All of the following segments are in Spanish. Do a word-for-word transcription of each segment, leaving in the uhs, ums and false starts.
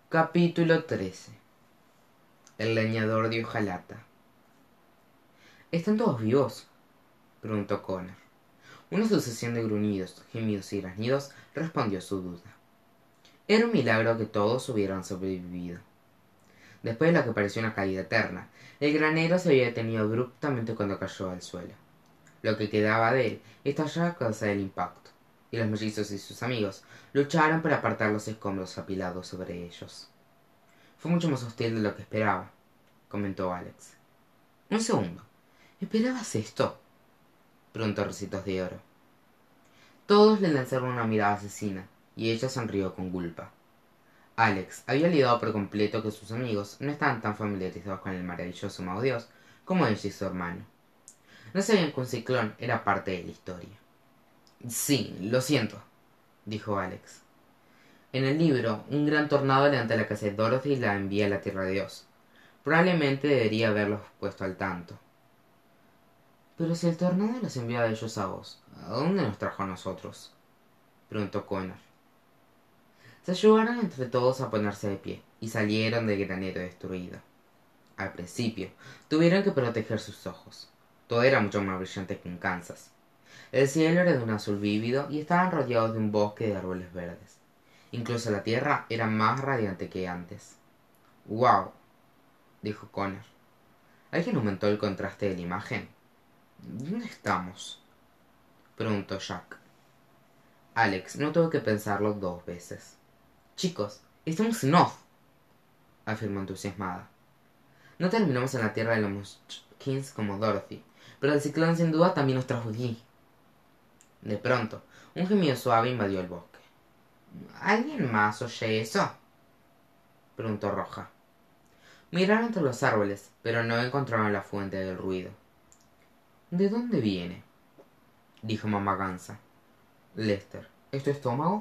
Capítulo trece. El leñador de hojalata. ¿Están todos vivos?, preguntó Connor. Una sucesión de gruñidos, gemidos y graznidos respondió su duda. Era un milagro que todos hubieran sobrevivido. Después de lo que pareció una caída eterna, el granero se había detenido abruptamente cuando cayó al suelo. Lo que quedaba de él estalló a causa del impacto, y los mellizos y sus amigos lucharon para apartar los escombros apilados sobre ellos. Fue mucho más hostil de lo que esperaba, comentó Alex. Un segundo. ¿Esperabas esto?, preguntó Ricitos de Oro. Todos le lanzaron una mirada asesina, y ella sonrió con culpa. Alex había olvidado por completo que sus amigos no estaban tan familiarizados con el maravilloso mago Dios como ella y su hermano. No sabían que un ciclón era parte de la historia. Sí, lo siento, dijo Alex. En el libro, un gran tornado levanta la casa de Dorothy y la envía a la Tierra de Dios. Probablemente debería haberlos puesto al tanto. Pero si el tornado los envió a ellos a vos, ¿a dónde nos trajo a nosotros?, preguntó Connor. Se ayudaron entre todos a ponerse de pie y salieron del granero destruido. Al principio, tuvieron que proteger sus ojos. Todo era mucho más brillante que en Kansas. El cielo era de un azul vívido y estaban rodeados de un bosque de árboles verdes. Incluso la tierra era más radiante que antes. «¡Wow!», dijo Connor. ¿Alguien aumentó el contraste de la imagen? ¿Dónde estamos?, preguntó Jack. Alex no tuvo que pensarlo dos veces. «Chicos, estamos en Oz», afirmó entusiasmada. No terminamos en la tierra de los Munchkins como Dorothy, pero el ciclón sin duda también nos trajo allí. De pronto, un gemido suave invadió el bosque. ¿Alguien más oye eso?, preguntó Roja. Miraron entre los árboles, pero no encontraron la fuente del ruido. ¿De dónde viene?, dijo mamá gansa. Lester, ¿es tu estómago?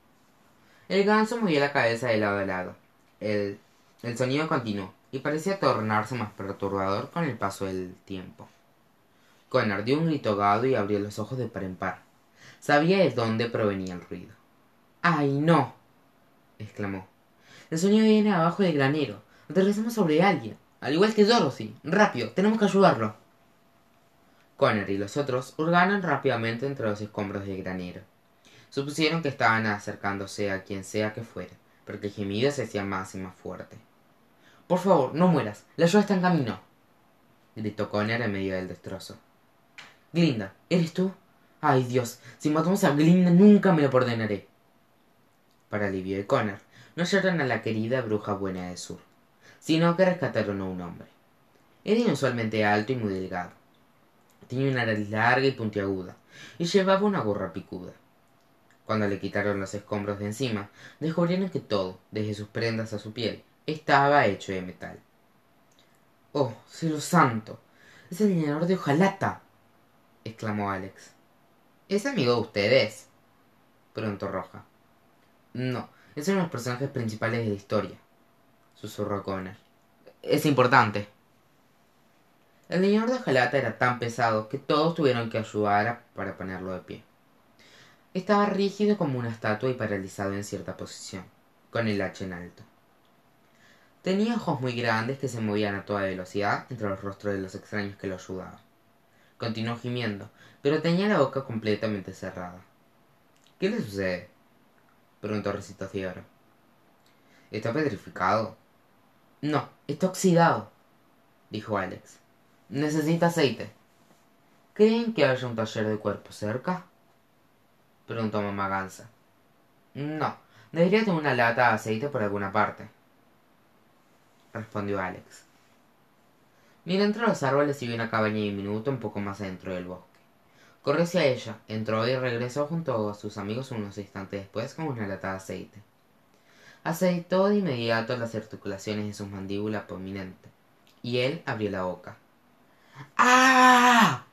El ganso movió la cabeza de lado a lado. El, el sonido continuó, y parecía tornarse más perturbador con el paso del tiempo. Connor dio un grito ahogado y abrió los ojos de par en par. Sabía de dónde provenía el ruido. «¡Ay, no!», exclamó. «El sonido viene abajo del granero. Aterrizamos sobre alguien, al igual que Dorothy. ¡Rápido! ¡Tenemos que ayudarlo!». Connor y los otros hurgaron rápidamente entre los escombros del granero. Supusieron que estaban acercándose a quien sea que fuera, porque el gemido se hacía más y más fuerte. «Por favor, no mueras. La ayuda está en camino», gritó Connor en medio del destrozo. «Glinda, ¿eres tú? Ay, Dios, si matamos a Glinda nunca me lo perdonaré». Para alivio de Connor, no hallaron a la querida bruja buena del sur, sino que rescataron a un hombre. Era inusualmente alto y muy delgado. Tenía una nariz larga y puntiaguda, y llevaba una gorra picuda. Cuando le quitaron los escombros de encima, descubrieron que todo, desde sus prendas a su piel, estaba hecho de metal. «¡Oh, cielo santo! ¡Es el leñador de hojalata!», exclamó Alex. «¿Es amigo de ustedes?», preguntó Roja. «No, es uno de los personajes principales de la historia», susurró Connor. «Es importante». El leñador de hojalata era tan pesado que todos tuvieron que ayudar a, para ponerlo de pie. Estaba rígido como una estatua y paralizado en cierta posición, con el hacha en alto. Tenía ojos muy grandes que se movían a toda velocidad entre los rostros de los extraños que lo ayudaban. Continuó gimiendo, pero tenía la boca completamente cerrada. «¿Qué le sucede?», preguntó Ricitos de Oro. «¿Está petrificado?». «No, está oxidado», dijo Alex. «Necesita aceite». «¿Creen que haya un taller de cuerpo cerca?», preguntó mamá gansa. «No, debería tener una lata de aceite por alguna parte», respondió Alex. Miró entre los árboles y vio una cabaña diminuta un poco más adentro del bosque. Corrió hacia ella, entró y regresó junto a sus amigos unos instantes después con una lata de aceite. Aceitó de inmediato las articulaciones de su mandíbula prominente, y él abrió la boca. «¡Ah!».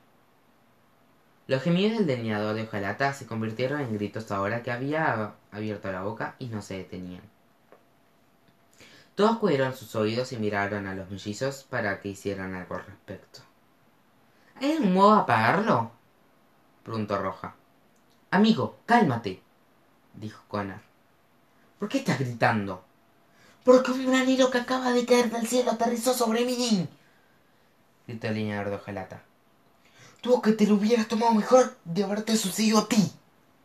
Los gemidos del leñador de hojalata se convirtieron en gritos ahora que había abierto la boca y no se detenían. Todos cubrieron sus oídos y miraron a los mellizos para que hicieran algo al respecto. «¿Hay algún modo de apagarlo?», preguntó Roja. «Amigo, cálmate», dijo Connor. «¿Por qué estás gritando?». Porque un granero que acaba de caer del cielo aterrizó sobre mí, gritó el leñador de hojalata. Tú que te lo hubieras tomado mejor de haberte sucedido a ti.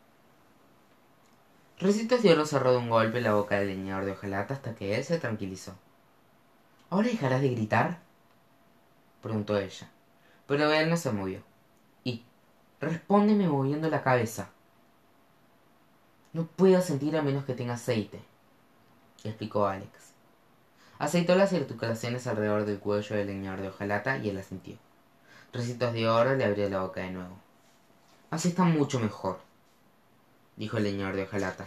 Recitos de Oro cerró de un golpe la boca del leñador de hojalata hasta que él se tranquilizó. ¿Ahora dejarás de gritar?, preguntó ella, pero él no se movió. Y, respóndeme moviendo la cabeza. No puedo sentir a menos que tenga aceite, explicó Alex. Aceitó las articulaciones alrededor del cuello del leñador de hojalata y él la sintió. Recitos de Oro le abrió la boca de nuevo. Así está mucho mejor, dijo el leñador de hojalata.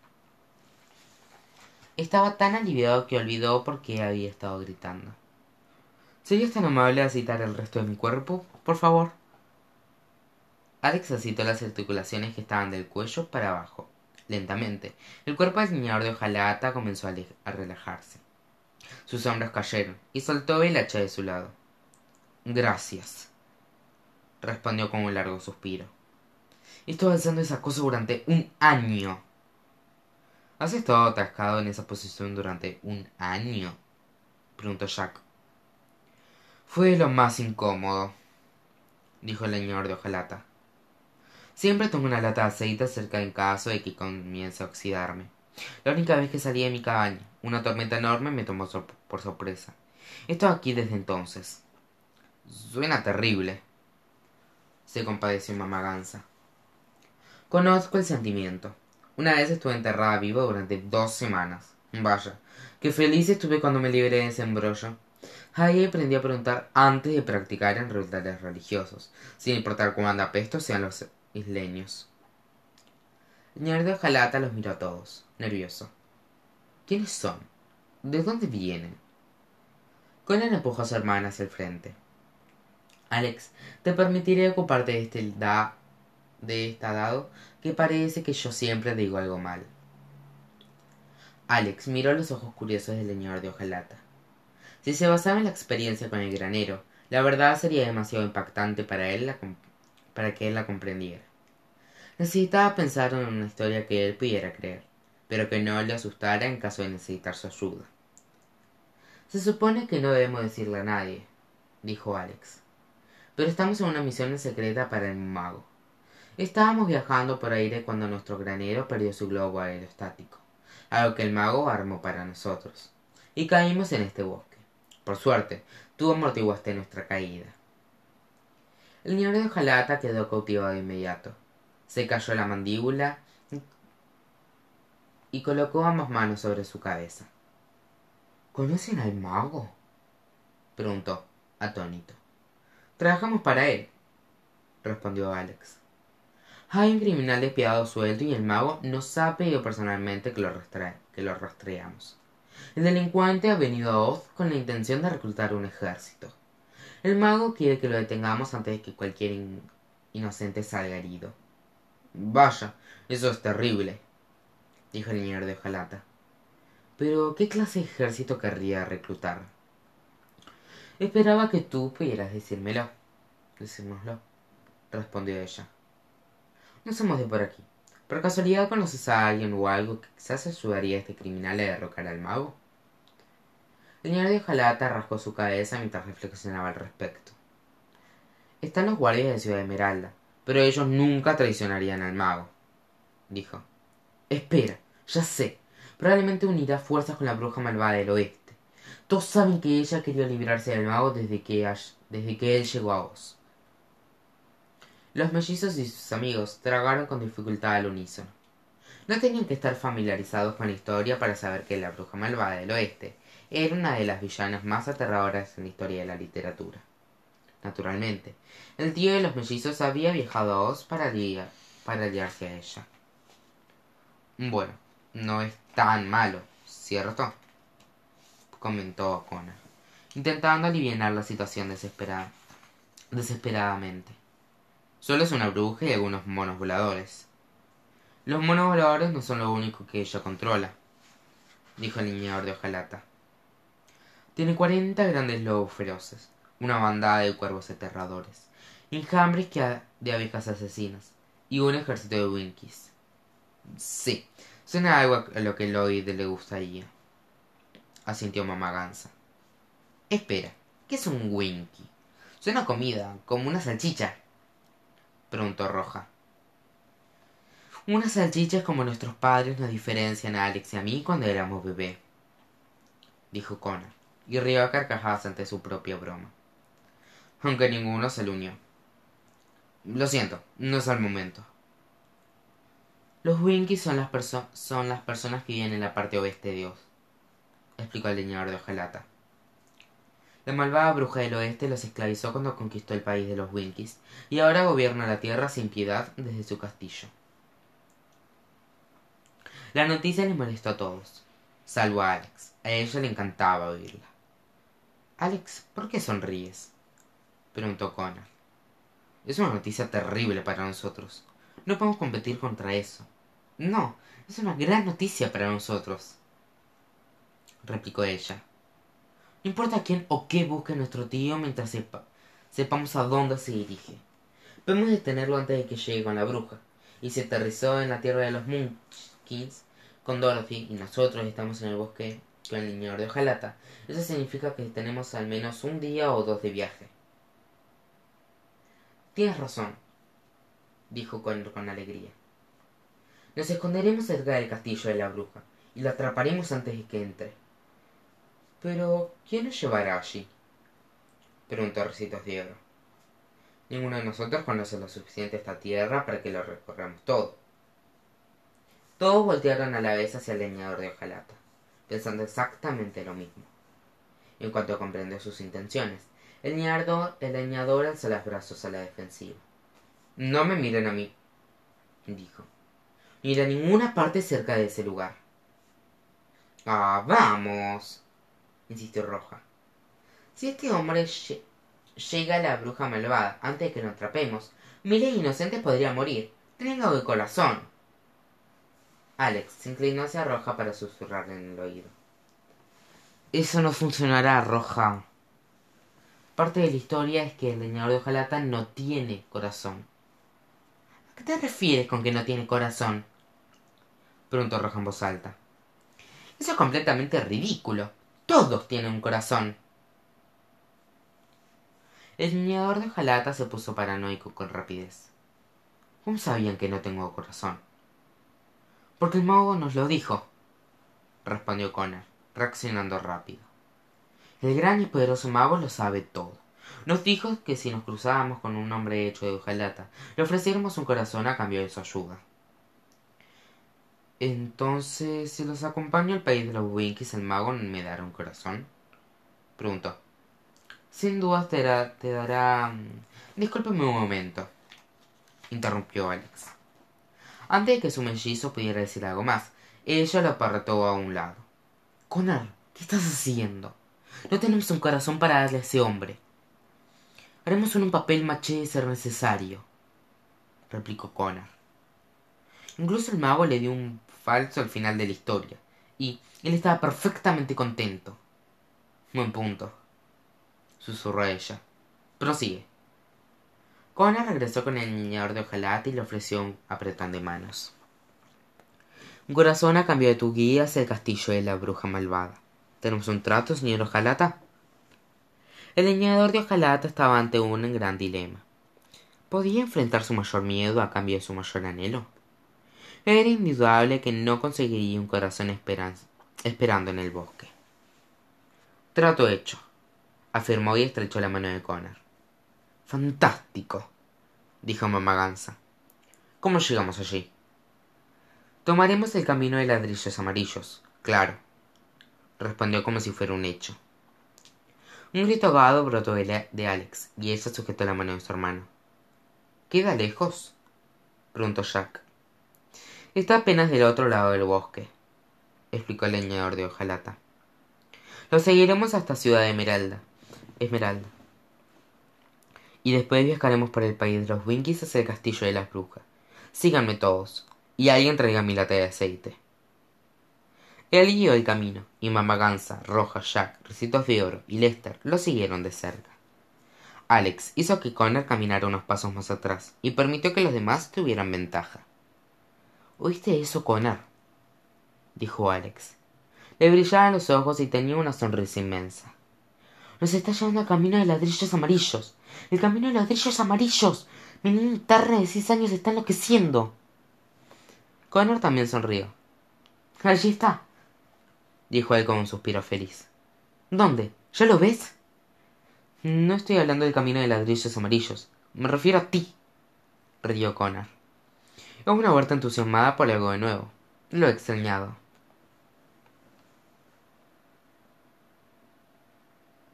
Estaba tan aliviado que olvidó por qué había estado gritando. ¿Serías tan amable de aceitar el resto de mi cuerpo, por favor? Alex aceitó las articulaciones que estaban del cuello para abajo. Lentamente, el cuerpo del leñador de hojalata comenzó a, a relajarse. Sus hombros cayeron y soltó el hacha de su lado. Gracias, respondió con un largo suspiro. Estuve haciendo esa cosa durante un año. ¿Has estado atascado en esa posición durante un año?, preguntó Jack. Fue lo más incómodo, dijo el leñador de hojalata. Siempre tengo una lata de aceite cerca en caso de que comience a oxidarme. La única vez que salí de mi cabaña, una tormenta enorme me tomó sor por sorpresa. He estado aquí desde entonces. Suena terrible, se compadeció Mamá Gansa. Conozco el sentimiento. Una vez estuve enterrada viva durante dos semanas. Vaya, qué feliz estuve cuando me libré de ese embrollo. Ahí aprendí a preguntar antes de practicar en rituales religiosos, sin importar cuán apestos sean los isleños. El señor de hojalata los miró a todos, nervioso. ¿Quiénes son? ¿De dónde vienen? Conan empujó a su hermana hacia el frente. Alex, te permitiré ocuparte de este da de esta dado que parece que yo siempre digo algo mal. Alex miró los ojos curiosos del señor de hojalata. Si se basaba en la experiencia con el granero, la verdad sería demasiado impactante para él la para que él la comprendiera. Necesitaba pensar en una historia que él pudiera creer, pero que no le asustara en caso de necesitar su ayuda. Se supone que no debemos decirle a nadie, dijo Alex, pero estamos en una misión secreta para el mago. Estábamos viajando por aire cuando nuestro granero perdió su globo aerostático, algo que el mago armó para nosotros, y caímos en este bosque. Por suerte, tú amortiguaste nuestra caída. El señor de hojalata quedó cautivado de inmediato. Se cayó la mandíbula y colocó ambas manos sobre su cabeza. ¿Conocen al mago?, preguntó, atónito. Trabajamos para él, respondió Alex. Hay un criminal despiadado suelto y el mago nos ha pedido personalmente que lo, que lo rastreamos. El delincuente ha venido a Oz con la intención de reclutar un ejército. El mago quiere que lo detengamos antes de que cualquier in inocente salga herido. Vaya, eso es terrible, dijo el señor de hojalata. Pero, ¿qué clase de ejército querría reclutar? Esperaba que tú pudieras decírmelo. Decírnoslo, respondió ella. No somos de por aquí. ¿Por casualidad conoces a alguien o algo que quizás ayudaría a este criminal a derrocar al mago? El señor de hojalata rascó su cabeza mientras reflexionaba al respecto. Están los guardias de Ciudad Esmeralda, pero ellos nunca traicionarían al mago, dijo. Espera, ya sé. Probablemente unirá fuerzas con la bruja malvada del oeste. Todos saben que ella quería librarse del mago desde que, desde que él llegó a Oz. Los mellizos y sus amigos tragaron con dificultad al unísono. No tenían que estar familiarizados con la historia para saber que la bruja malvada del oeste era una de las villanas más aterradoras en la historia de la literatura. Naturalmente, el tío de los mellizos había viajado a Oz para, liar, para aliarse a ella. Bueno, no es tan malo, ¿cierto?, comentó Connor, intentando aliviar la situación desesperada, desesperadamente. Solo es una bruja y algunos monos voladores. Los monos voladores no son lo único que ella controla, dijo el leñador de hojalata. Tiene cuarenta grandes lobos feroces, una bandada de cuervos aterradores, enjambres de abejas asesinas y un ejército de winkies. Sí, suena algo a lo que Lloyd le gustaría. asintió mamá Gansa. Espera, ¿qué es un Winky? Suena comida, como una salchicha, preguntó Roja. Unas salchichas como nuestros padres nos diferencian a Alex y a mí cuando éramos bebé, dijo Connor, y rió a carcajadas ante su propia broma. Aunque ninguno se le unió. Lo siento, no es el momento. Los Winkies son las, perso son las personas que viven en la parte oeste de Oz, explicó el leñador de hojalata. La malvada bruja del oeste los esclavizó cuando conquistó el país de los Winkies, y ahora gobierna la tierra sin piedad desde su castillo. La noticia les molestó a todos, salvo a Alex. A ella le encantaba oírla. Alex, ¿por qué sonríes?, preguntó Connor. Es una noticia terrible para nosotros. No podemos competir contra eso. No, es una gran noticia para nosotros, replicó ella. No importa quién o qué busque nuestro tío mientras sepa, sepamos a dónde se dirige. Podemos detenerlo antes de que llegue con la bruja. Y si aterrizó en la tierra de los Munchkins con Dorothy y nosotros estamos en el bosque con el leñador de hojalata, eso significa que tenemos al menos un día o dos de viaje. Tienes razón, dijo Connor con alegría. Nos esconderemos cerca del castillo de la bruja y lo atraparemos antes de que entre. Pero, ¿quién nos llevará allí?, preguntó Ricitos de Oro. Ninguno de nosotros conoce lo suficiente esta tierra para que lo recorramos todo. Todos voltearon a la vez hacia el leñador de hojalata, pensando exactamente lo mismo. En cuanto comprendió sus intenciones, el leñador, el leñador alzó los brazos a la defensiva. No me miren a mí, dijo. Ni a ninguna parte cerca de ese lugar. Ah, vamos, insistió Roja. Si este hombre lle llega a la bruja malvada antes de que lo atrapemos, miles inocentes podrían morir. Tenga de corazón. Alex se inclinó hacia Roja para susurrarle en el oído. Eso no funcionará, Roja. Parte de la historia es que el leñador de hojalata no tiene corazón. ¿A qué te refieres con que no tiene corazón?, preguntó Roja en voz alta. Eso es completamente ridículo. Todos tienen un corazón. El leñador de hojalata se puso paranoico con rapidez. ¿Cómo sabían que no tengo corazón? Porque el mago nos lo dijo, respondió Connor, reaccionando rápido. El gran y poderoso mago lo sabe todo. Nos dijo que si nos cruzábamos con un hombre hecho de hojalata, le ofreciéramos un corazón a cambio de su ayuda. Entonces, si los acompaño al país de los Winkies, ¿el mago me dará un corazón?, preguntó. Sin duda te dará... Te dará... Discúlpeme un momento, interrumpió Alex. Antes de que su mellizo pudiera decir algo más, ella lo apartó a un lado. Connor, ¿qué estás haciendo? No tenemos un corazón para darle a ese hombre. Haremos un papel maché de ser necesario, replicó Connor. Incluso el mago le dio un falso al final de la historia, y él estaba perfectamente contento. Buen punto, susurró ella. Prosigue. Connor regresó con el leñador de hojalata y le ofreció un apretón de manos. Un corazón a cambio de tu guía hacia el castillo de la bruja malvada. ¿Tenemos un trato, señor hojalata? El leñador de hojalata estaba ante un gran dilema. ¿Podía enfrentar su mayor miedo a cambio de su mayor anhelo? Era indudable que no conseguiría un corazón esperando en el bosque. Trato hecho, afirmó y estrechó la mano de Connor. Fantástico, dijo mamá Gansa. ¿Cómo llegamos allí? Tomaremos el camino de ladrillos amarillos, claro, respondió como si fuera un hecho. Un grito ahogado brotó de, de Alex, y ella sujetó la mano de su hermano. ¿Queda lejos?, preguntó Jack. Está apenas del otro lado del bosque, explicó el leñador de hojalata. Lo seguiremos hasta Ciudad Esmeralda, Esmeralda. Y después viajaremos por el país de los Winkies hacia el castillo de las brujas. Síganme todos, y alguien traiga mi lata de aceite. Él guió el camino, y mamá Gansa, Roja, Jack, Ricitos de Oro y Lester lo siguieron de cerca. Alex hizo que Connor caminara unos pasos más atrás, y permitió que los demás tuvieran ventaja. ¿Oíste eso, Connor?, dijo Alex. Le brillaban los ojos y tenía una sonrisa inmensa. Nos está llevando al camino de ladrillos amarillos. El camino de ladrillos amarillos. Mi niño interno de seis años está enloqueciendo. Connor también sonrió. Allí está, dijo él con un suspiro feliz. ¿Dónde? ¿Ya lo ves? No estoy hablando del camino de ladrillos amarillos. Me refiero a ti, rió Connor. Es una huerta entusiasmada por algo de nuevo. Lo he extrañado.